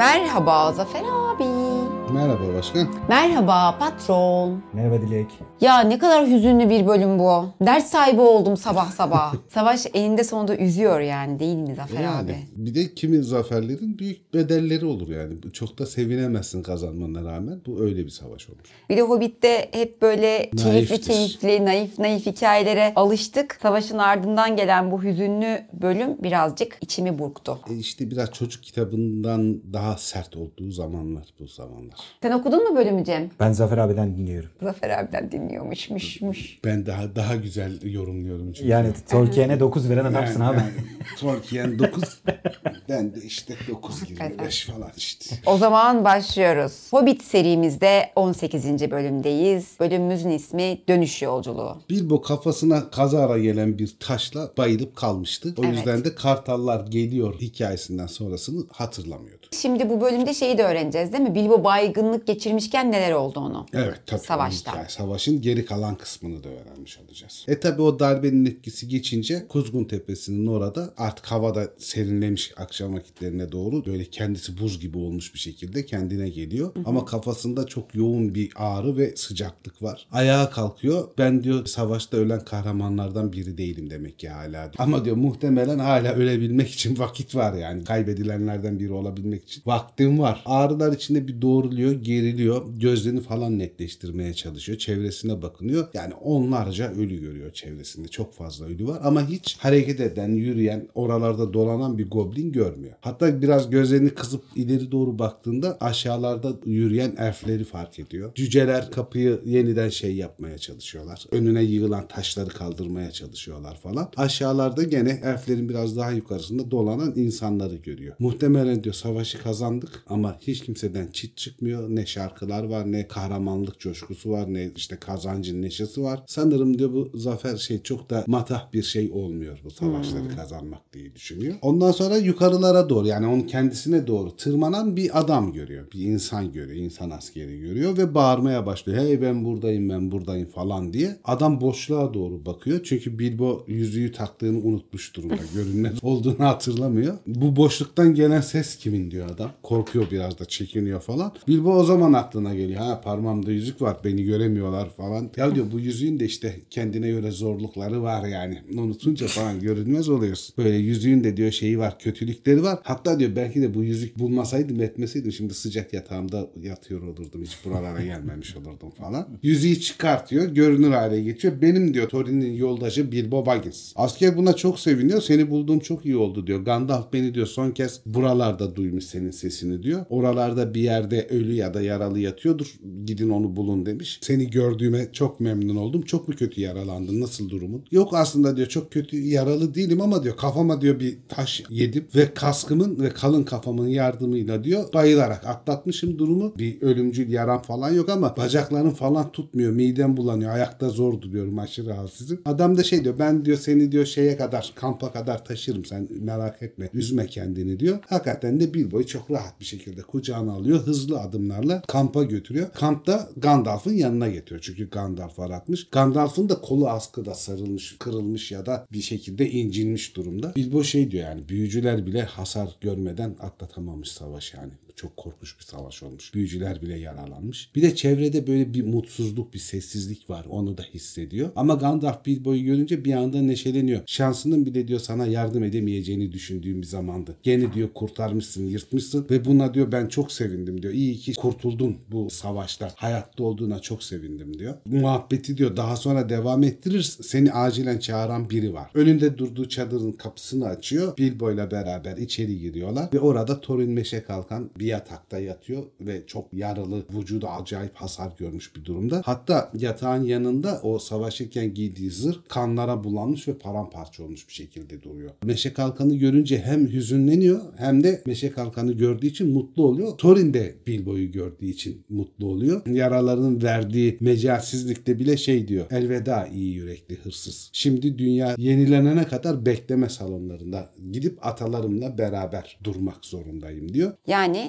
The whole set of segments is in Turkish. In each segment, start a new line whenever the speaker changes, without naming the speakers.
Merhaba Zafer abi.
Merhaba başkan.
Merhaba patron.
Merhaba Dilek.
Ya ne kadar hüzünlü bir bölüm bu. Ders sahibi oldum sabah sabah. Savaş eninde sonunda üzüyor yani, değil mi Zafer abi?
Bir de kimi zaferlerin büyük bedelleri olur yani. Çok da sevinemezsin kazanmana rağmen. Bu öyle bir savaş olur.
Bir de Hobbit'te hep böyle keyifli, naif hikayelere alıştık. Savaşın ardından gelen bu hüzünlü bölüm birazcık içimi burktu.
İşte biraz çocuk kitabından daha sert olduğu zamanlar bu zamanlar.
Sen okudun mu bölümü Cem?
Ben Zafer abiden dinliyorum.
Zafer abiden dinliyormuşmuş.
Ben daha güzel yorumluyorum çünkü.
Yani Tolkien'e 9 veren adamsın abi.
Tolkien 9. Ben de işte 9.25 falan işte.
O zaman başlıyoruz. Hobbit serimizde 18. bölümdeyiz. Bölümümüzün ismi Dönüş Yolculuğu.
Bilbo kafasına kazara gelen bir taşla bayılıp kalmıştı. O yüzden de kartallar geliyor hikayesinden sonrasını hatırlamıyordu.
Şimdi bu bölümde şeyi de öğreneceğiz değil mi? Bilbo baygınlık geçirmişken neler oldu onu?
Evet tabii.
Savaşta.
Savaşın geri kalan kısmını da öğrenmiş olacağız. Tabii o darbenin etkisi geçince Kuzgun Tepesi'nin orada artık havada serinlemiş, akşam vakitlerine doğru böyle kendisi buz gibi olmuş bir şekilde kendine geliyor. Ama kafasında çok yoğun bir ağrı ve sıcaklık var. Ayağa kalkıyor. Ben diyor savaşta ölen kahramanlardan biri değilim demek ki hala diyor. Ama diyor muhtemelen hala ölebilmek için vakit var yani. Kaybedilenlerden biri olabilmek için vaktim var. Ağrılar içinde bir doğruluyor, geriliyor. Gözlerini falan netleştirmeye çalışıyor. Çevresine bakınıyor. Yani onlarca ölü görüyor çevresinde. Çok fazla ölü var ama hiç hareket eden, yürüyen, oralarda dolanan bir goblin görmüyor. Hatta biraz gözlerini kısıp ileri doğru baktığında aşağılarda yürüyen elfleri fark ediyor. Cüceler kapıyı yeniden yapmaya çalışıyorlar. Önüne yığılan taşları kaldırmaya çalışıyorlar falan. Aşağılarda gene elflerin biraz daha yukarısında dolanan insanları görüyor. Muhtemelen diyor savaşı kazandık ama hiç kimseden çit çıkmıyor. Ne şarkılar var, ne kahramanlık coşkusu var, ne işte kazancın neşesi var. Sanırım diyor bu zafer çok da matah bir şey olmuyor bu savaşları kazanmak diye düşünüyor. Ondan sonra yukarılara doğru yani onun kendisine doğru tırmanan bir adam görüyor. Bir insan görüyor. İnsan askeri görüyor ve bağırmaya başlıyor. Hey ben buradayım falan diye. Adam boşluğa doğru bakıyor. Çünkü Bilbo yüzüğü taktığını unutmuş durumda. Görünmez olduğunu hatırlamıyor. Bu boşluktan gelen ses kimin diyor adam. Korkuyor biraz da çekiniyor falan. Bilbo o zaman aklına geliyor. Ha parmağımda yüzük var beni göremiyorlar falan. Ya diyor bu yüzüğün de işte kendine göre zorlukları var yani. Unutunca falan görünmez oluyorsun. Böyle yüzüğün de diyor şeyi var, kötülükleri var. Hatta diyor belki de bu yüzük bulmasaydım etmeseydim şimdi sıcak yatağımda yatıyor olurdum. Hiç buralara gelmemiş olurdum falan. Yüzüğü çıkartıyor. Görünür hale geçiyor. Benim diyor Thorin'in yoldaşı Bilbo Baggins. Asker buna çok seviniyor. Seni bulduğum çok iyi oldu diyor. Gandalf beni diyor son kez buralarda duymuş senin sesini diyor. Oralarda bir yerde ölü ya da yaralı yatıyordur. Gidin onu bulun demiş. Seni gördüğüme çok memnun oldum. Çok mu kötü yaralandın? Nasıl durumun? Yok aslında diyor çok kötü yaralı değilim ama diyor kafama diyor bir taş yedim ve kaskımın ve kalın kafamın yardımıyla diyor bayılarak atlatmışım durumu. Bir ölümcül yaram falan yok ama bacaklarım falan tutmuyor. Midem bulanıyor. Ayakta zor duruyorum. Aşırı rahatsızım. Adam da diyor ben diyor seni diyor kampa kadar taşırım. Sen merak etme. Üzme kendini diyor. Hakikaten de Bilbo'yu çok rahat bir şekilde kucağına alıyor. Hızlı adımlarla kampa götürüyor. Kampta Gandalf'ın yanına getiriyor. Çünkü Gandalf aratmış. Gandalf'ın da kolu askıda sarılmış, kırılmış ya da bir şekilde incinmiş durumda. Bilbo diyor yani büyücüler bile hasar görmeden atlatamamış savaş yani. Çok korkunç bir savaş olmuş. Büyücüler bile yaralanmış. Bir de çevrede böyle bir mutsuzluk, bir sessizlik var. Onu da hissediyor. Ama Gandalf Bilbo'yu görünce bir anda neşeleniyor. Şansının bile diyor sana yardım edemeyeceğini düşündüğüm bir zamandı. Gene diyor kurtarmışsın, yırtmışsın ve buna diyor ben çok sevindim diyor. İyi ki kurtuldun bu savaşta. Hayatta olduğuna çok sevindim diyor. Muhabbeti diyor daha sonra devam ettirir. Seni acilen çağıran biri var. Önünde durduğu çadırın kapısını açıyor. Bilbo'yla beraber içeri giriyorlar ve orada Thorin Meşe Kalkan bir yatakta yatıyor ve çok yaralı, vücudu acayip hasar görmüş bir durumda. Hatta yatağın yanında o savaşırken giydiği zırh kanlara bulanmış ve paramparça olmuş bir şekilde duruyor. Meşe Kalkan'ı görünce hem hüzünleniyor hem de Meşe Kalkan'ı gördüğü için mutlu oluyor. Thorin de Bilbo'yu gördüğü için mutlu oluyor. Yaralarının verdiği mecalsizlikte bile diyor. Elveda iyi yürekli hırsız. Şimdi dünya yenilenene kadar bekleme salonlarında gidip atalarımla beraber durmak zorundayım diyor.
Yani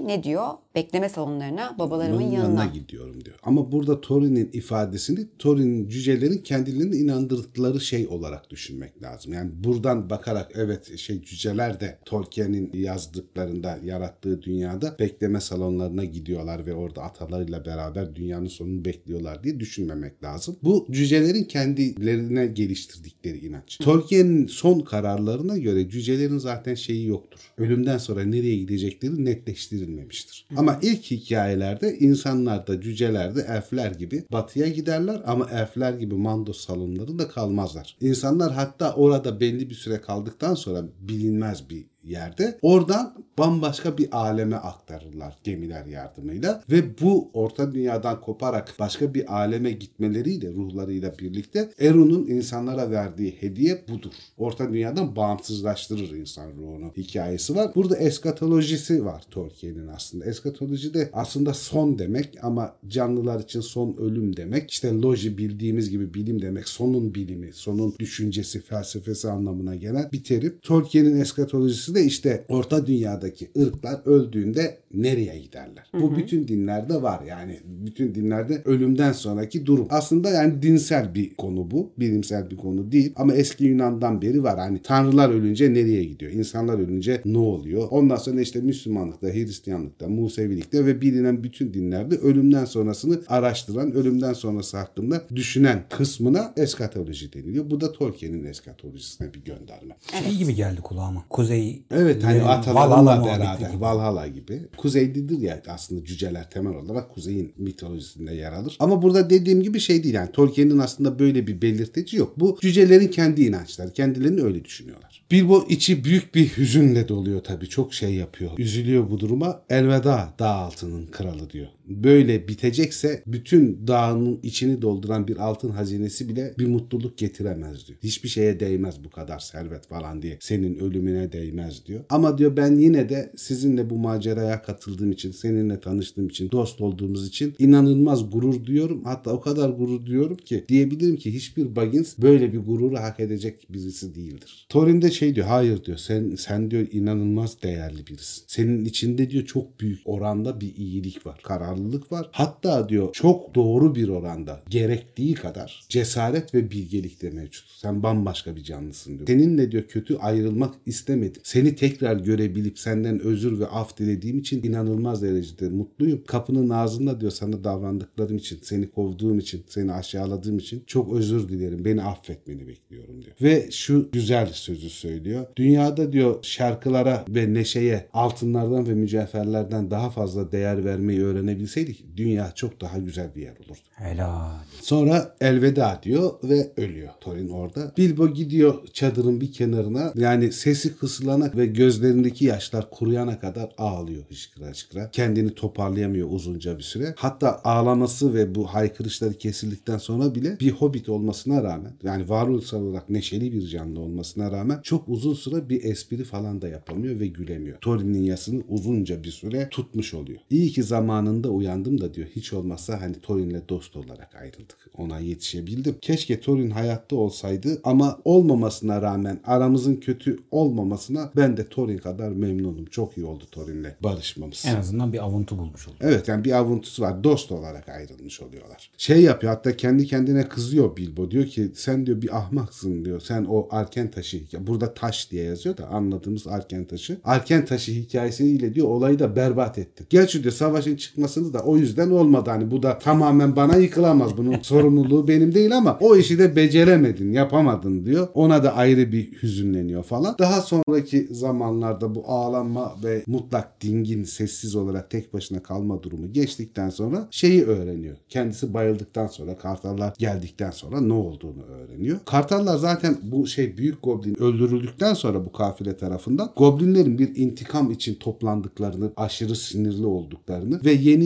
ne diyor? Bekleme salonlarına, babalarımın yanına
gidiyorum diyor. Ama burada Thorin'in ifadesini Thorin'in cücelerin kendilerini inandırdıkları şey olarak düşünmek lazım. Yani buradan bakarak evet cüceler de Tolkien'in yazdıklarında, yarattığı dünyada bekleme salonlarına gidiyorlar ve orada atalarıyla beraber dünyanın sonunu bekliyorlar diye düşünmemek lazım. Bu cücelerin kendilerine geliştirdikleri inanç. Tolkien'in son kararlarına göre cücelerin zaten şeyi yoktur. Ölümden sonra nereye gidecekleri netleştirilmemiştir. Ama ilk hikayelerde insanlar da cüceler de elfler gibi batıya giderler ama elfler gibi Mandos salonlarında kalmazlar. İnsanlar hatta orada belli bir süre kaldıktan sonra bilinmez bir yerde oradan bambaşka bir aleme aktarırlar gemiler yardımıyla ve bu orta dünyadan koparak başka bir aleme gitmeleriyle ruhlarıyla birlikte Eru'nun insanlara verdiği hediye budur. Orta dünyadan bağımsızlaştırır insan ruhunu hikayesi var. Burada eskatolojisi var Tolkien'in aslında. Eskatoloji de aslında son demek ama canlılar için son ölüm demek. İşte loji bildiğimiz gibi bilim demek. Sonun bilimi, sonun düşüncesi, felsefesi anlamına gelen bir terim. Tolkien'in eskatolojisi de işte orta dünyadaki ırklar öldüğünde nereye giderler? Bu bütün dinlerde var. Yani bütün dinlerde ölümden sonraki durum. Aslında yani dinsel bir konu bu. Bilimsel bir konu değil. Ama eski Yunan'dan beri var. Hani tanrılar ölünce nereye gidiyor? İnsanlar ölünce ne oluyor? Ondan sonra işte Müslümanlıkta, Hristiyanlıkta, Musevilikte ve bilinen bütün dinlerde ölümden sonrasını araştıran, ölümden sonrası hakkında düşünen kısmına eskatoloji deniliyor. Bu da Tolkien'in eskatolojisine bir gönderme.
Şey gibi geldi kulağıma. Kuzey.
Evet hani atalarla beraber Valhalla gibi. Kuzeylidir ya aslında cüceler temel olarak kuzeyin mitolojisinde yer alır. Ama burada dediğim gibi şey değil yani Tolkien'in aslında böyle bir belirteci yok. Bu cücelerin kendi inançları. Kendilerini öyle düşünüyorlar. Bilbo içi büyük bir hüzünle doluyor tabii. Çok şey yapıyor. Üzülüyor bu duruma. Elveda dağ altının kralı diyor. Böyle bitecekse bütün dağın içini dolduran bir altın hazinesi bile bir mutluluk getiremez diyor. Hiçbir şeye değmez bu kadar servet falan diye. Senin ölümüne değmez diyor. Ama diyor ben yine de sizinle bu maceraya katıldığım için, seninle tanıştığım için, dost olduğumuz için inanılmaz gurur duyuyorum. Hatta o kadar gurur duyuyorum ki diyebilirim ki hiçbir Baggins böyle bir gururu hak edecek birisi değildir. Thorin de şey diyor, hayır diyor sen diyor inanılmaz değerli birisin. Senin içinde diyor çok büyük oranda bir iyilik var. Kararlılık var. Hatta diyor çok doğru bir oranda gerektiği kadar cesaret ve bilgelik de mevcut. Sen bambaşka bir canlısın diyor. Seninle diyor kötü ayrılmak istemedim. Seni tekrar görebilip senden özür ve af dilediğim için inanılmaz derecede mutluyum. Kapının ağzında diyor sana davrandıklarım için, seni kovduğum için, seni aşağıladığım için çok özür dilerim. Beni affetmeni bekliyorum diyor. Ve şu güzel sözü söylüyor. Dünyada diyor şarkılara ve neşeye altınlardan ve mücevherlerden daha fazla değer vermeyi öğrenebilseydik dünya çok daha güzel bir yer olurdu.
Helal.
Sonra elveda diyor ve ölüyor Thorin orada. Bilbo gidiyor çadırın bir kenarına yani sesi kısılana ve gözlerindeki yaşlar kuruyana kadar ağlıyor hıçkıra hıçkıra. Kendini toparlayamıyor uzunca bir süre. Hatta ağlaması ve bu haykırışları kesildikten sonra bile bir hobbit olmasına rağmen yani varoluşsal olarak neşeli bir canlı olmasına rağmen çok uzun süre bir espri falan da yapamıyor ve gülemiyor. Thorin'in yasını uzunca bir süre tutmuş oluyor. İyi ki zamanında uyandım da diyor hiç olmazsa hani Thorin'le dost olarak ayrıldık. Ona yetişebildim. Keşke Thorin hayatta olsaydı ama olmamasına rağmen aramızın kötü olmamasına ben de Thorin kadar memnunum. Çok iyi oldu Thorin'le barışmamız.
En azından bir avuntu bulmuş oldu.
Evet yani bir avuntusu var. Dost olarak ayrılmış oluyorlar. Şey yapıyor hatta kendi kendine kızıyor Bilbo. Diyor ki sen diyor bir ahmaksın diyor. Sen o Arken taşı burada taş diye yazıyor da anladığımız Arken taşı. Arken taşı hikayesiyle diyor olayı da berbat etti. Gerçi diyor savaşın çıkmasını da o yüzden olmadı. Hani bu da tamamen bana yıkılamaz. Bunun sorumluluğu benim değil ama o işi de beceremedin, yapamadın diyor. Ona da ayrı bir hüzünleniyor falan. Daha sonraki zamanlarda bu ağlanma ve mutlak dingin, sessiz olarak tek başına kalma durumu geçtikten sonra şeyi öğreniyor. Kendisi bayıldıktan sonra, kartallar geldikten sonra ne olduğunu öğreniyor. Kartallar zaten bu büyük goblin öldürüldükten sonra bu kafile tarafından goblinlerin bir intikam için toplandıklarını, aşırı sinirli olduklarını ve yeni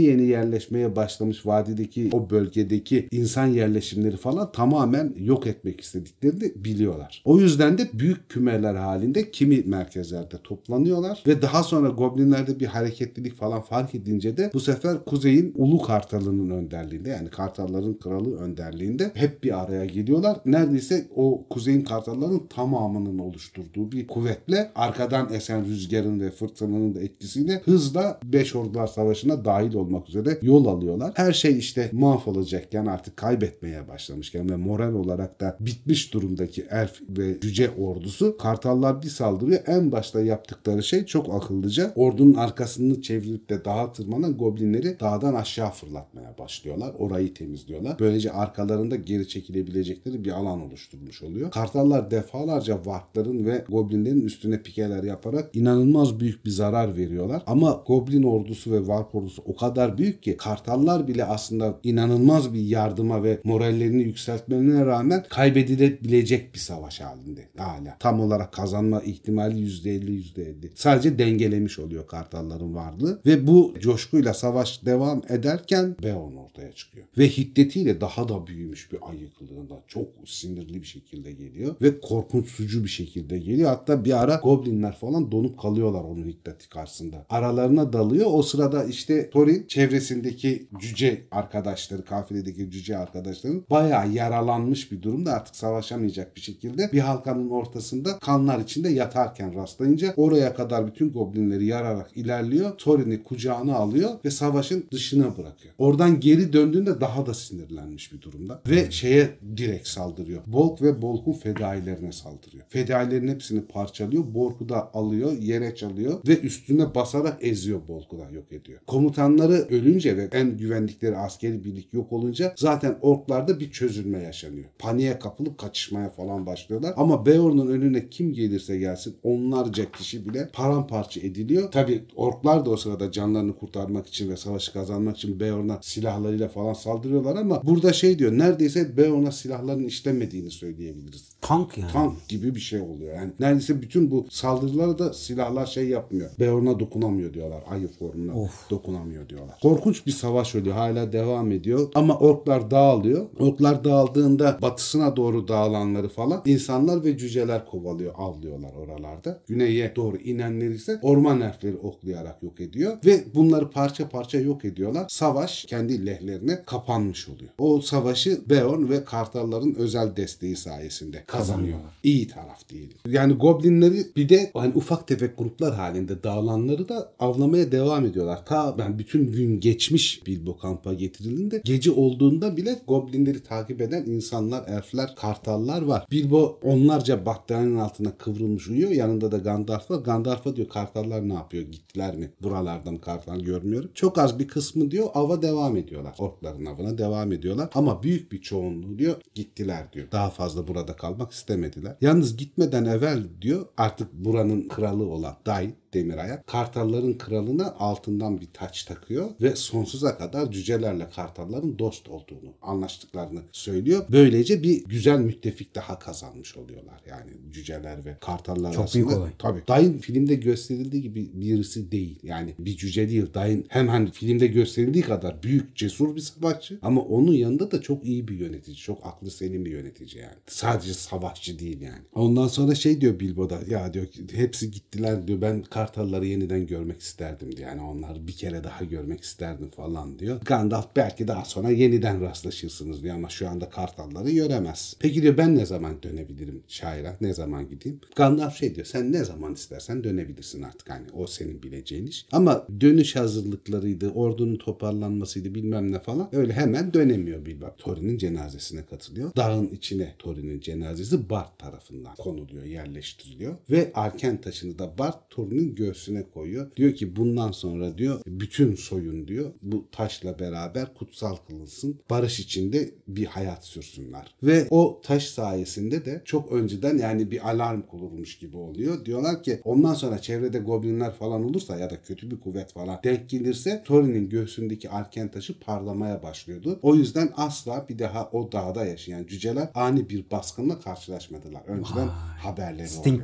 yeni yerleşmeye başlamış vadideki o bölgedeki insan yerleşimleri falan tamamen yok etmek istediklerini biliyorlar. O yüzden de büyük kümeler halinde kimi merkezlerde toplanıyorlar ve daha sonra goblinlerde bir hareketlilik falan fark edince de bu sefer kuzeyin Ulu Kartalı'nın önderliğinde, yani Kartalların kralı önderliğinde hep bir araya geliyorlar. Neredeyse o kuzeyin Kartalların tamamının oluşturduğu bir kuvvetle arkadan esen rüzgarın ve fırtınanın da etkisiyle hızla Beş Ordular Savaşı'na dahil olmak üzere yol alıyorlar. Her şey işte mahvolacakken, artık kaybetmeye başlamışken ve moral olarak da bitmiş durumdaki elf ve cüce ordusu, Kartallar bir saldırıyor. En başta yaptıkları şey çok akıllıca, ordunun arkasını çevirip de dağa tırmanan goblinleri dağdan aşağı fırlatmaya başlıyorlar. Orayı temizliyorlar. Böylece arkalarında geri çekilebilecekleri bir alan oluşturmuş oluyor. Kartallar defalarca varkların ve goblinlerin üstüne pikeler yaparak inanılmaz büyük bir zarar veriyorlar. Ama goblin ordusu ve vark ordusu o kadar büyük ki Kartallar bile aslında inanılmaz bir yardıma ve morallerini yükseltmelerine rağmen kaybedilebilecek bir savaş halinde hala. Tam olarak kazanma ihtimali %50. Sadece dengelemiş oluyor Kartalların varlığı ve bu coşkuyla savaş devam ederken Beorn ortaya çıkıyor. Ve hiddetiyle daha da büyümüş bir ayıklığında çok sinirli bir şekilde geliyor ve korkunçsucu bir şekilde geliyor. Hatta bir ara goblinler falan donup kalıyorlar onun hiddeti karşısında. Aralarına dalıyor. O sırada işte Thorin çevresindeki cüce arkadaşları, kafiledeki cüce arkadaşların bayağı yaralanmış bir durumda, artık savaşamayacak bir şekilde bir halkanın ortasında kanlar içinde yatarken rastlayınca oraya kadar bütün goblinleri yararak ilerliyor. Thorin'i kucağına alıyor ve savaşın dışına bırakıyor. Oradan geri döndüğünde daha da sinirlenmiş bir durumda ve şeye direkt saldırıyor. Bolg ve Bolg'un fedailerine saldırıyor. Fedailerin hepsini parçalıyor. Bolg'u da alıyor, yere çalıyor ve üstüne basarak eziyor, Bolg'u da yok ediyor. Komutanları ölünce ve en güvendikleri askeri birlik yok olunca zaten orklarda bir çözülme yaşanıyor. Paniğe kapılıp kaçışmaya falan başlıyorlar. Ama Beorn'un önüne kim gelirse gelsin onlarca kişi bile paramparça ediliyor. Tabi orklar da o sırada canlarını kurtarmak için ve savaşı kazanmak için Beorn'a silahlarıyla falan saldırıyorlar ama burada şey diyor, neredeyse Beorn'a silahların işlemediğini söyleyebiliriz.
Tank yani.
Tank gibi bir şey oluyor. Yani neredeyse bütün bu saldırılara da silahlar şey yapmıyor. Beorn'a dokunamıyor diyorlar. Ayı formuna dokunamıyor diyorlar. Korkunç bir savaş oluyor. Hala devam ediyor. Ama orklar dağılıyor. Orklar dağıldığında batısına doğru dağılanları falan insanlar ve cüceler kovalıyor, avlıyorlar oralarda. Güneye doğru inenleri ise orman elfleri oklayarak yok ediyor. Ve bunları parça parça yok ediyorlar. Savaş kendi lehlerine kapanmış oluyor. O savaşı Beorn ve Kartalların özel desteği sayesinde kazanıyorlar. İyi taraf diyelim. Yani goblinleri bir de hani ufak tefek gruplar halinde dağılanları da avlamaya devam ediyorlar. Ben bütün gün geçmiş Bilbo kampa getirildiğinde, gece olduğunda bile goblinleri takip eden insanlar, elfler, kartallar var. Bilbo onlarca battaniyenin altına kıvrılmış uyuyor. Yanında da Gandalf var. Gandalf'a diyor, kartallar ne yapıyor? Gittiler mi? Buralarda mı kartal görmüyorum. Çok az bir kısmı diyor ava devam ediyorlar. Orkların avına devam ediyorlar. Ama büyük bir çoğunluğu diyor gittiler diyor. Daha fazla burada kalmak istemediler. Yalnız gitmeden evvel diyor artık buranın kralı olan Dain Demirayak, kartalların kralına altından bir taç takıyor ve sonsuza kadar cücelerle kartalların dost olduğunu, anlaştıklarını söylüyor. Böylece bir güzel müttefik daha kazanmış oluyorlar. Yani cüceler ve kartallar
çok
arasında.
büyük olay.
Tabii. Dain filmde gösterildiği gibi birisi değil. Yani bir cüce değil. Dain hem hani filmde gösterildiği kadar büyük, cesur bir savaşçı ama onun yanında da çok iyi bir yönetici. Çok aklı selim bir yönetici yani. Sadece savaşçı değil yani. Ondan sonra şey diyor Bilbo'da, ya diyor hepsi gittiler diyor, ben kartalları yeniden görmek isterdim diyor. Yani onları bir kere daha görmek isterdim falan diyor. Gandalf belki daha sonra yeniden rastlaşırsınız diyor ama şu anda kartalları göremez. Peki diyor ben ne zaman dönebilirim şaira? Ne zaman gideyim? Gandalf şey diyor, sen ne zaman istersen dönebilirsin artık, hani o senin bileceğin iş. Ama dönüş hazırlıklarıydı, ordunun toparlanmasıydı bilmem ne falan, öyle hemen dönemiyor Bilbo. Thorin'in cenazesine katılıyor. Dağın içine Thorin'in cenazesi Bart tarafından konuluyor, yerleştiriliyor ve Arken taşını da Bart Thorin'in göğsüne koyuyor. Diyor ki bundan sonra diyor bütün soyun diyor bu taşla beraber kutsal kılınsın. Barış içinde bir hayat sürsünler. Ve o taş sayesinde de çok önceden yani bir alarm kurulmuş gibi oluyor. Diyorlar ki ondan sonra çevrede goblinler falan olursa ya da kötü bir kuvvet falan denk gelirse Thorin'in göğsündeki Arken taşı parlamaya başlıyordu. O yüzden asla bir daha o dağda yaşayan cüceler ani bir baskınla karşılaşmadılar. Önceden haberleri
Sting
oluyor.
gibi.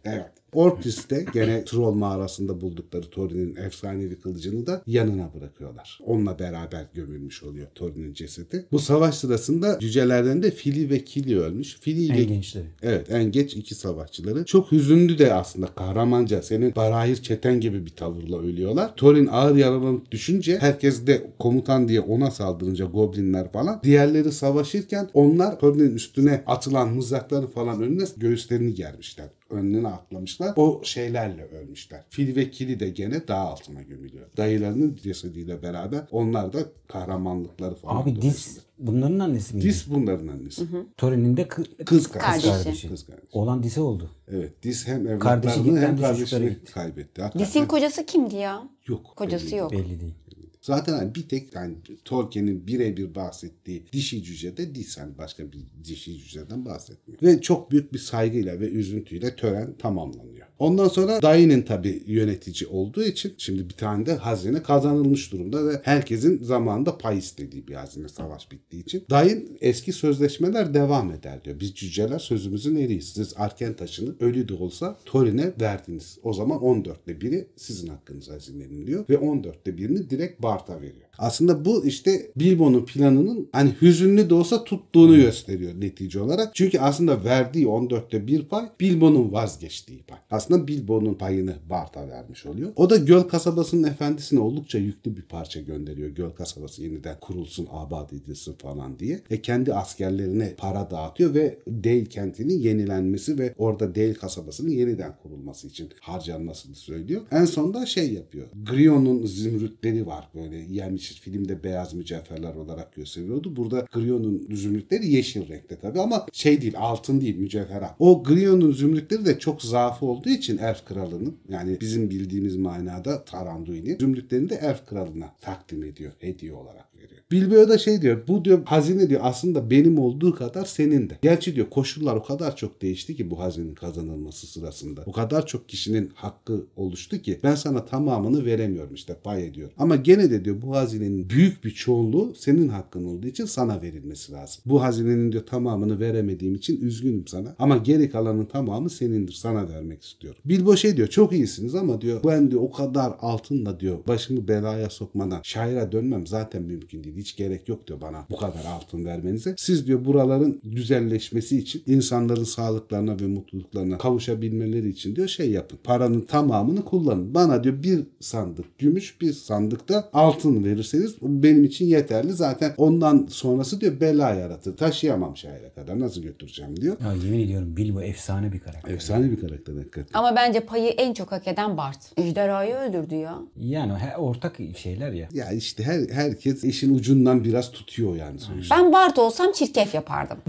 Evet. Ortis de gene Troll mağarasında buldukları Thorin'in efsanevi kılıcını da yanına bırakıyorlar. Onunla beraber gömülmüş oluyor Thorin'in cesedi. Bu savaş sırasında cücelerden de Fili ve Kili ölmüş. Fili ile
En gençleri.
Evet, en geç iki savaşçıları. Çok hüzünlü de aslında, kahramanca, senin Barahir Çeten gibi bir tavırla ölüyorlar. Thorin ağır yaralanıp düşünce, herkes de komutan diye ona saldırınca goblinler falan, diğerleri savaşırken onlar Thorin'in üstüne atılan mızrakları falan önüne göğüslerini germişler. Önüne atlamışlar. O şeylerle ölmüşler. Fil ve Kili de gene dağ altına gömülüyor. Dayılarının cesediyle beraber onlar da kahramanlıkları falan.
Abi Dis bunların annesi miydi?
Dis bunların annesi.
Torin'in de
Kız
kardeşi.
kardeşi.
Olan Dis'e oldu.
Evet, Dis hem
Kardeşi
evlatlarını
gitti,
hem
hem de çocukları
kardeşini
gitti.
kaybetti. Hakikaten
Dis'in kocası kimdi ya?
yok.
Kocası yok.
Belli değil.
Zaten hani bir tek yani Tolkien'in birebir bahsettiği dişi cüce de Dis, hani başka bir dişi cüceden bahsetmiyor. Ve çok büyük bir saygıyla ve üzüntüyle tören tamamlanıyor. Ondan sonra Dain'in tabii yönetici olduğu için şimdi bir tane de hazine kazanılmış durumda ve herkesin zamanında pay istediği bir hazine, savaş bittiği için. Dain eski sözleşmeler devam eder diyor. Biz cüceler sözümüzün eriyiz. Siz Arken taşını ölü de olsa Thorin'e verdiniz. O zaman 14'te biri sizin hakkınız hazinenin diyor ve 14'te birini direkt Bart'a veriyor. Aslında bu işte Bilbo'nun planının hani hüzünlü de olsa tuttuğunu gösteriyor netice olarak. Çünkü aslında verdiği 14'te bir pay Bilbo'nun vazgeçtiği pay. Aslında Bilbo'nun payını Bart'a vermiş oluyor. O da göl kasabasının efendisine oldukça yüklü bir parça gönderiyor. Göl kasabası yeniden kurulsun, abad edilsin falan diye. Kendi askerlerine para dağıtıyor ve Dale kentinin yenilenmesi ve orada Dale kasabasının yeniden kurulması için harcanmasını söylüyor. En sonunda şey yapıyor. Grion'un zümrütleri var, böyle yenmiş, filmde beyaz mücevherler olarak gösteriyordu. Burada Grion'un zümrütleri yeşil renkte tabii ama şey değil, altın değil, mücevherat. O Grion'un zümrütleri de çok zaafı olduğu için Elf Kralı'nın, yani bizim bildiğimiz manada Taranduil'in zümrütlerini de Elf Kralı'na takdim ediyor, hediye olarak veriyor. Bilbo'ya da şey diyor, bu diyor hazine diyor aslında benim olduğu kadar senin de. Gerçi diyor koşullar o kadar çok değişti ki bu hazinenin kazanılması sırasında. O kadar çok kişinin hakkı oluştu ki ben sana tamamını veremiyorum, işte pay ediyor. Ama gene de diyor bu hazinenin büyük bir çoğunluğu senin hakkın olduğu için sana verilmesi lazım. Bu hazinenin diyor tamamını veremediğim için üzgünüm sana ama geri kalanın tamamı senindir, sana vermek istiyorum. Bilbo şey diyor, çok iyisiniz ama diyor ben diyor o kadar altınla diyor başımı belaya sokmadan şaira dönmem zaten mümkün değil. Hiç gerek yok diyor bana bu kadar altın vermenize. Siz diyor buraların güzelleşmesi için, insanların sağlıklarına ve mutluluklarına kavuşabilmeleri için diyor şey yapın. Paranın tamamını kullanın. Bana diyor bir sandık gümüş, bir sandıkta altın verirseniz benim için yeterli. Zaten ondan sonrası diyor bela yaratır. Taşıyamam şaire kadar. Nasıl götüreceğim diyor.
Ya yemin ediyorum Bilbo efsane bir karakter.
Efsane bir karakter hakikaten.
Ama bence payı en çok hak eden Bart. Ejderhayı öldürdü ya.
Yani ortak şeyler ya.
Ya işte herkes işin ucundan biraz tutuyor yani sonuçta.
Ben Bart olsam çirkef yapardım.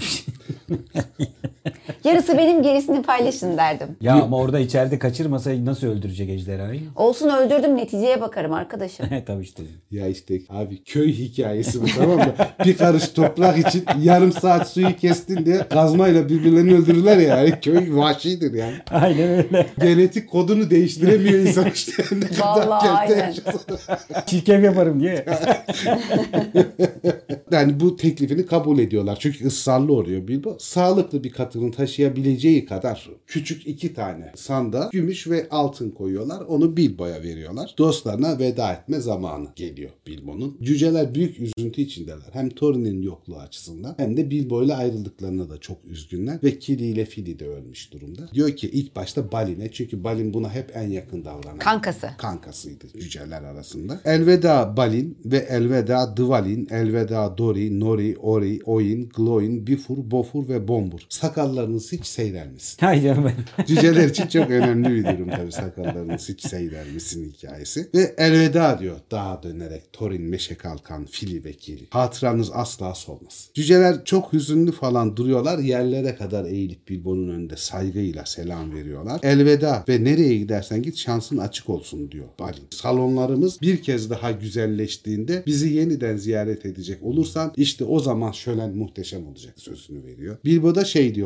Yarısı benim, gerisini paylaşın derdim.
Ya ama orada içeride kaçırmasa nasıl öldürecek ejderhayı?
Olsun, öldürdüm, neticeye bakarım arkadaşım.
Tabii işte.
Ya işte abi köy hikayesi bu, tamam mı? Bir karış toprak için yarım saat suyu kestin diye kazmayla birbirlerini öldürürler ya. Yani köy vahşidir yani.
Aynen öyle.
Genetik kodunu değiştiremiyor insan işte.
Vallahi aynen.
Çirkef yaparım diye.
Yani bu teklifini kabul ediyorlar. Çünkü ısrarlı oluyor Bilbo. Sağlıklı bir katının taşıyabileceği kadar küçük 2 tane sandığa gümüş ve altın koyuyorlar. Onu Bilbo'ya veriyorlar. Dostlarına veda etme zamanı geliyor Bilbo'nun. Cüceler büyük üzüntü içindeler. Hem Thorin'in yokluğu açısından hem de Bilbo ile ayrıldıklarına da çok üzgünler. Ve Kili ile Fili de ölmüş durumda. Diyor ki ilk başta Balin'e, çünkü Balin buna hep en yakın davranan. Kankasıydı cüceler arasında. Elveda Balin ve elveda Dvalin, elveda Dori, Nori, Ori, Oin, Gloin, Bifur, Bofur ve Bombur. Sakallarınız hiç seyrelmesin.
Hayır canım ben.
Cüceler için çok önemli bir durum tabii, sakallarınız hiç seyrelmesin hikayesi. Ve elveda diyor dağa dönerek Thorin, Meşe Kalkan, Fili ve Kili. Hatıranız asla solmaz. Cüceler çok hüzünlü falan duruyorlar. Yerlere kadar eğilip Bilbo'nun önünde saygıyla selam veriyorlar. Elveda ve nereye gidersen git şansın açık olsun diyor Balin. Salonlarımız bir kez daha güzelleştiğinde bizi yeniden ziyaret edecek olursan işte o zaman şölen muhteşem olacak sözünü veriyor. Bilbo da şey diyor onun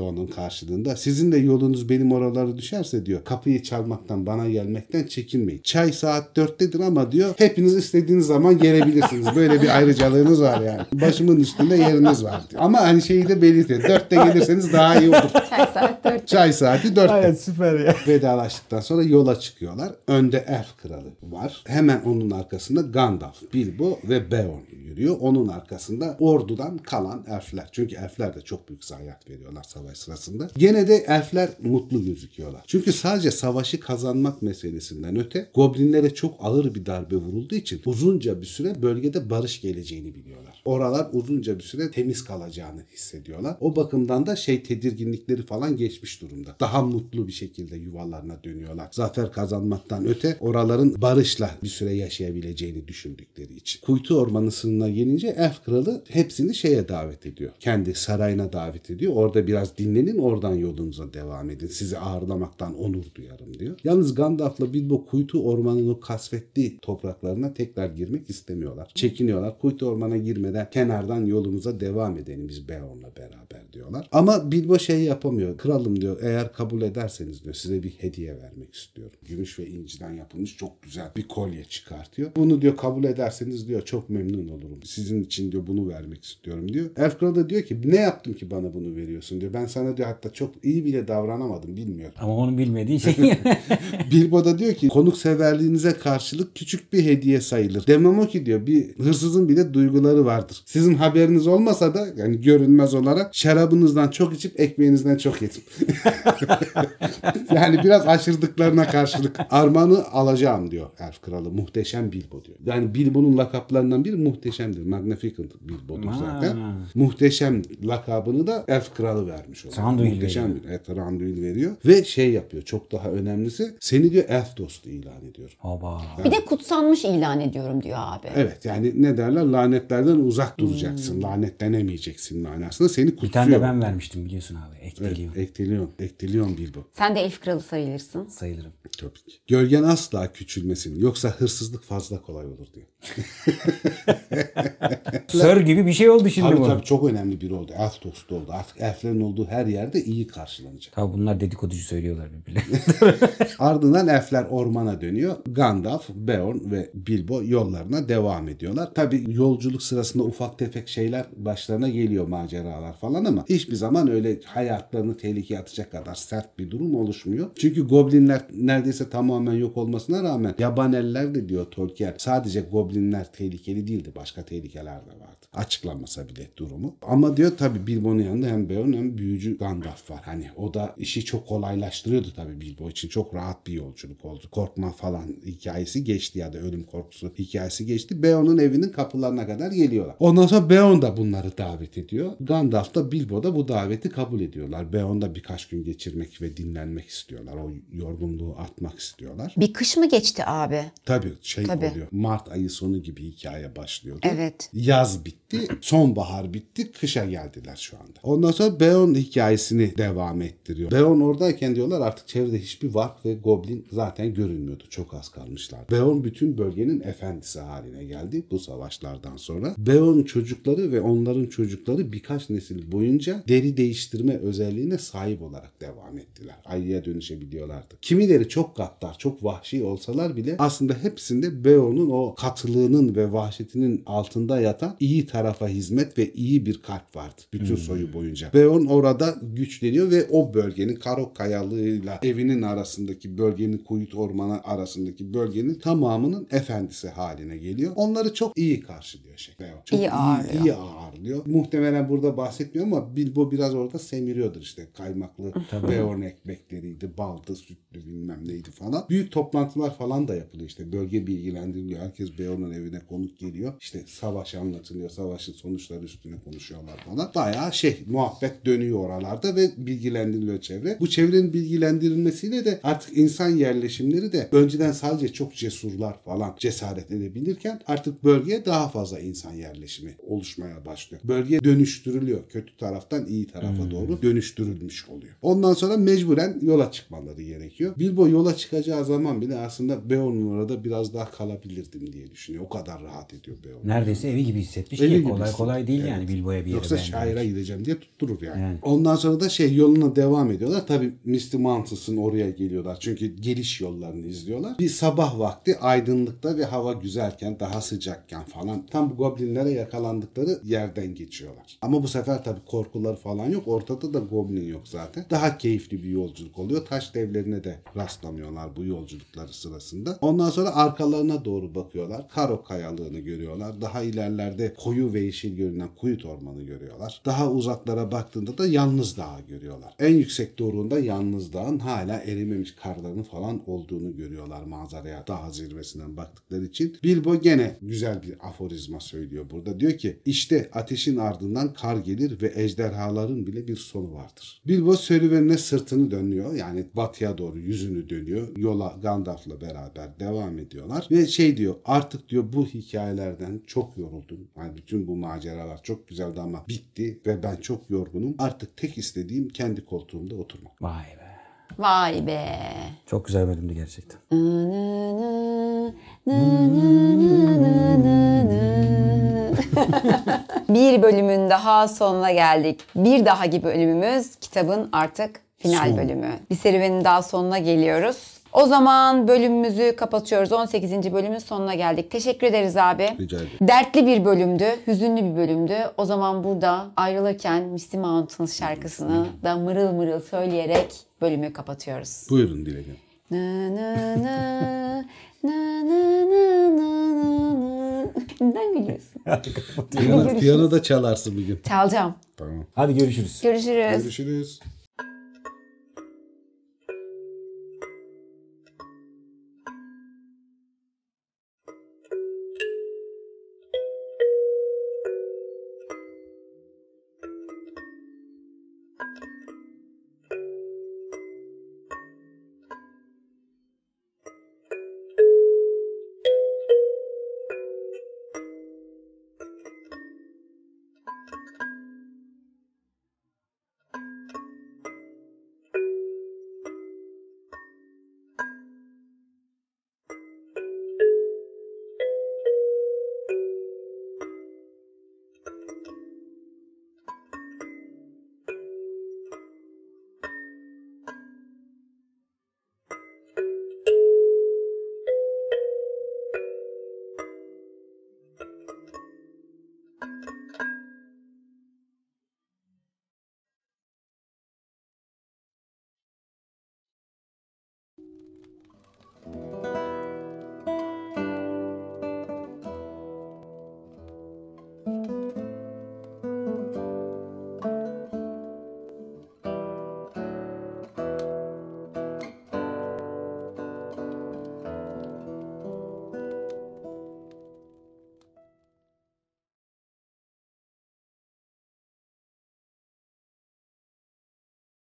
karşılığında sizin de yolunuz benim oralara düşerse diyor kapıyı çalmaktan bana gelmekten çekinmeyin. Çay saat 4'tedir ama diyor hepiniz istediğiniz zaman gelebilirsiniz. Böyle bir ayrıcalığınız var yani. Başımın üstünde yeriniz var diyor. Ama hani şeyi de belirtiyor. 4'te gelirseniz daha iyi olur.
Çay saat 4.
Çay saati 4'te.
Aynen süper ya.
Vedalaştıktan sonra yola çıkıyorlar. Önde Elf Kralı var. Hemen onun arkasında Gandalf, Bilbo ve Beorn yürüyor. Onun arkasında ordudan kalan elfler. Çünkü elfler de çok büyük zayiat veriyorlar savaş sırasında. Gene de elfler mutlu gözüküyorlar. Çünkü sadece savaşı kazanmak meselesinden öte goblinlere çok ağır bir darbe vurulduğu için uzunca bir süre bölgede barış geleceğini biliyorlar. Oralar uzunca bir süre temiz kalacağını hissediyorlar. O bakımdan da tedirginlikleri falan geçmiş durumda. Daha mutlu bir şekilde yuvalarına dönüyorlar. Zafer kazanmaktan öte oraların barışla bir süre yaşayabileceğini düşündükleri için. Kuytu Ormanı sınırına gelince Elf Kralı hepsini davet ediyor. Kendi sarayına davet ediyor. Orada biraz dinlenin, oradan yolunuza devam edin. Sizi ağırlamaktan onur duyarım diyor. Yalnız Gandalf'la Bilbo Kuytu Ormanı'nın o kasvetli topraklarına tekrar girmek istemiyorlar. Çekiniyorlar. Kuytu Ormanı'na girmeden kenardan yolumuza devam edelim biz Beorn'la beraber diyorlar. Ama Bilbo yapamıyor. Kralım diyor, eğer kabul ederseniz diyor size bir hediye vermek istiyorum. Gümüş ve inciden yapılmış çok güzel bir kolye çıkartıyor. Bunu diyor kabul ederseniz diyor çok memnun olurum. Sizin için diyor bunu vermek istiyorum diyor. Elf Kralı da diyor ki ne yaptım ki bana bunu veriyorsun diyor. Ben sana diyor hatta çok iyi bile davranamadım, bilmiyorum.
Ama onun bilmediği şey.
Bilbo da diyor ki konukseverliğinize karşılık küçük bir hediye sayılır. Demem o ki diyor bir hırsızın bile duyguları vardır. Sizin haberiniz olmasa da yani görünmez olarak şarabınızdan çok içip ekmeğinizden çok yedim. Yani biraz aşırdıklarına karşılık armağanı alacağım diyor Elf Kralı. Muhteşem Bilbo diyor. Yani Bilbo'nun lakaplarından biri muhteşemdir. Magnificent Bilbo'dur zaten. Muhteşem lakabını da Elf Kralı vermiş oluyor.
Thranduil
Muhteşem
veriyor.
bir Thranduil veriyor. Ve yapıyor. Çok daha önemlisi seni diyor elf dostu ilan ediyor.
Oba.
Bir de kutsanmış ilan ediyorum diyor abi.
Evet yani ne derler, lanetlerden uzak duracaksın. Lanetlenemeyeceksin manasında, seni kutsuyor.
Bir tane de ben vermiştim biliyorsun abi. Ekteliyon.
Evet, Ektelion Bilbo.
Sen de elf kralı sayılırsın.
Sayılırım.
Tabii ki. Gölgen asla küçülmesin. Yoksa hırsızlık fazla kolay olur diyor.
Sör gibi bir şey oldu şimdi
Tabii
bu.
tabii çok önemli biri oldu. Elf dostu oldu. Artık elflerin olduğu her yerde iyi karşılanacak.
Tabii bunlar dedikoducu söylüyorlar birbirlerine.
Ardından elfler ormana dönüyor. Gandalf, Beorn ve Bilbo yollarına devam ediyorlar. Tabii yolculuk sırasında ufak tefek şeyler başlarına geliyor, maceralar falan, ama hiçbir zaman öyle hayatlarını tehlikeye atacak kadar sert bir durum oluşmuyor. Çünkü goblinler neredeyse tamamen yok olmasına rağmen yabaneliler de diyor Tolkien sadece goblinler tehlikeli değildi. Başka tehlikeler de vardı. Açıklanmasa bile durumu. Ama diyor tabii Bilbo'nun yanında hem Beorn hem büyücü Gandalf var. Hani o da işi çok kolaylaştırıyordu tabii Bilbo için. Çok rahat bir yolculuk oldu. Korkma falan hikayesi geçti ya da ölüm korkusu hikayesi geçti. Beorn'un evinin kapılarına kadar geliyorlar. Ondan sonra Beorn da bunları davet ediyor. Gandalf da Bilbo da bu daveti kabul ediyorlar. Beorn da birkaç gün geçirmek ve dinlenmek istiyorlar. O yorgunluğu atmak istiyorlar.
Bir kış mı geçti abi?
Tabii
Tabii.
oluyor. Mart ayı sonu gibi hikaye başlıyordu.
Evet.
Yaz bitti, sonbahar bitti, kışa geldiler şu anda. Ondan sonra Beorn hikayesini devam ettiriyor. Beorn oradayken diyorlar artık çevrede hiçbir vark ve goblin zaten görünmüyordu. Çok az kalmışlar. Beorn bütün bölgenin efendisi haline geldi bu savaşlardan sonra. Beorn çocukları ve onların çocukları birkaç nesil boyunca deri değiştirme özelliğine sahip olarak devam ettiler. Ayıya dönüşebiliyorlardı. Kimileri çok gaddar, çok vahşi olsalar bile aslında hepsinde Beorn'un o katılığının ve vahşetinin altında yatan iyi tarafa hizmet ve iyi bir kalp vardı. Bütün soyu boyunca. Beorn orada güçleniyor ve o bölgenin Karok Kayalığı'yla evinin arasındaki bölgenin, Kuyut Ormanı arasındaki bölgenin tamamının efendisi haline geliyor. Onları çok iyi karşılıyor Beorn. Çok
İyi ağırlıyor.
iyi ağırlıyor. Muhtemelen burada bahsetmiyor ama Bilbo biraz orada semiriyordur işte. Kaymaklı Beorn ekmekleriydi, baldı, sütlü bilmem neydi falan. Büyük toplantılar falan da yapılıyor işte. Bölge bilgilendiriliyor. Herkes Beorn'un evine konuk geliyor. İşte savaş anlatılıyor. Savaşın sonuçları üstüne konuşuyorlar falan. Bayağı muhabbet dönüyor oralarda ve bilgilendiriliyor çevre. Bu çevrenin bilgilendirilmesiyle de artık insan yerleşimleri de önceden sadece çok cesurlar falan cesaret edebilirken artık bölgeye daha fazla insan yerleşimi oluşmaya başlıyor. Bölge dönüştürülüyor. Kötü taraftan iyi tarafa doğru dönüştürülmüş oluyor. Ondan sonra mecburen yola çıkmaları gerekiyor. Bilbo yola çıkacağı zaman bile aslında Beorn'un orada biraz daha kalabilirdim diye düşünüyor. O kadar rahat ediyor Beorn.
Neredeyse evi gibi hissetmiş
Evi
ki
gibi
kolay
hissediyor.
kolay değil
Evet.
yani Bilbo'ya bir yere
Yoksa
beğendirmek.
şaira gideceğim diye tutturur yani.
Yani.
Ondan sonra sonra da yoluna devam ediyorlar. Tabii Misty Mountains'ın oraya geliyorlar. Çünkü geliş yollarını izliyorlar. Bir sabah vakti aydınlıkta ve hava güzelken, daha sıcakken falan tam bu goblinlere yakalandıkları yerden geçiyorlar. Ama bu sefer tabii korkuları falan yok. Ortada da goblin yok zaten. Daha keyifli bir yolculuk oluyor. Taş devlerine de rastlamıyorlar bu yolculukları sırasında. Ondan sonra arkalarına doğru bakıyorlar. Karo kayalığını görüyorlar. Daha ilerlerde koyu ve yeşil görünen Kuyut Ormanı görüyorlar. Daha uzaklara baktığında da Yalnız Dağı görüyorlar. En yüksek doğrunda Yalnız Dağ'ın hala erimemiş karlarının falan olduğunu görüyorlar manzaraya, dağ zirvesinden baktıkları için. Bilbo gene güzel bir aforizma söylüyor burada. Diyor ki işte ateşin ardından kar gelir ve ejderhaların bile bir sonu vardır. Bilbo serüvenine sırtını dönüyor. Yani batıya doğru yüzünü dönüyor. Yola Gandalf'la beraber devam ediyorlar. Ve diyor artık diyor bu hikayelerden çok yoruldum. Yani bütün bu maceralar çok güzeldi ama bitti ve ben çok yorgunum. Artık tek istediğim kendi koltuğumda oturmak.
Vay be.
Vay be.
Çok güzel bölümdü gerçekten.
Bir bölümün daha sonuna geldik. Bir dahaki bölümümüz kitabın artık final bölümü. Bir serüvenin daha sonuna geliyoruz. O zaman bölümümüzü kapatıyoruz. 18. bölümün sonuna geldik. Teşekkür ederiz abi.
Rica ederim.
Dertli bir bölümdü, hüzünlü bir bölümdü. O zaman burada ayrılırken Misty Mountains şarkısını da mırıl mırıl söyleyerek bölümü kapatıyoruz.
Buyurun Dilek'im.
Neden gülüyorsun?
Piyano da çalarsın bir gün.
Çalacağım.
Tamam.
Hadi görüşürüz.
Görüşürüz.
Görüşürüz.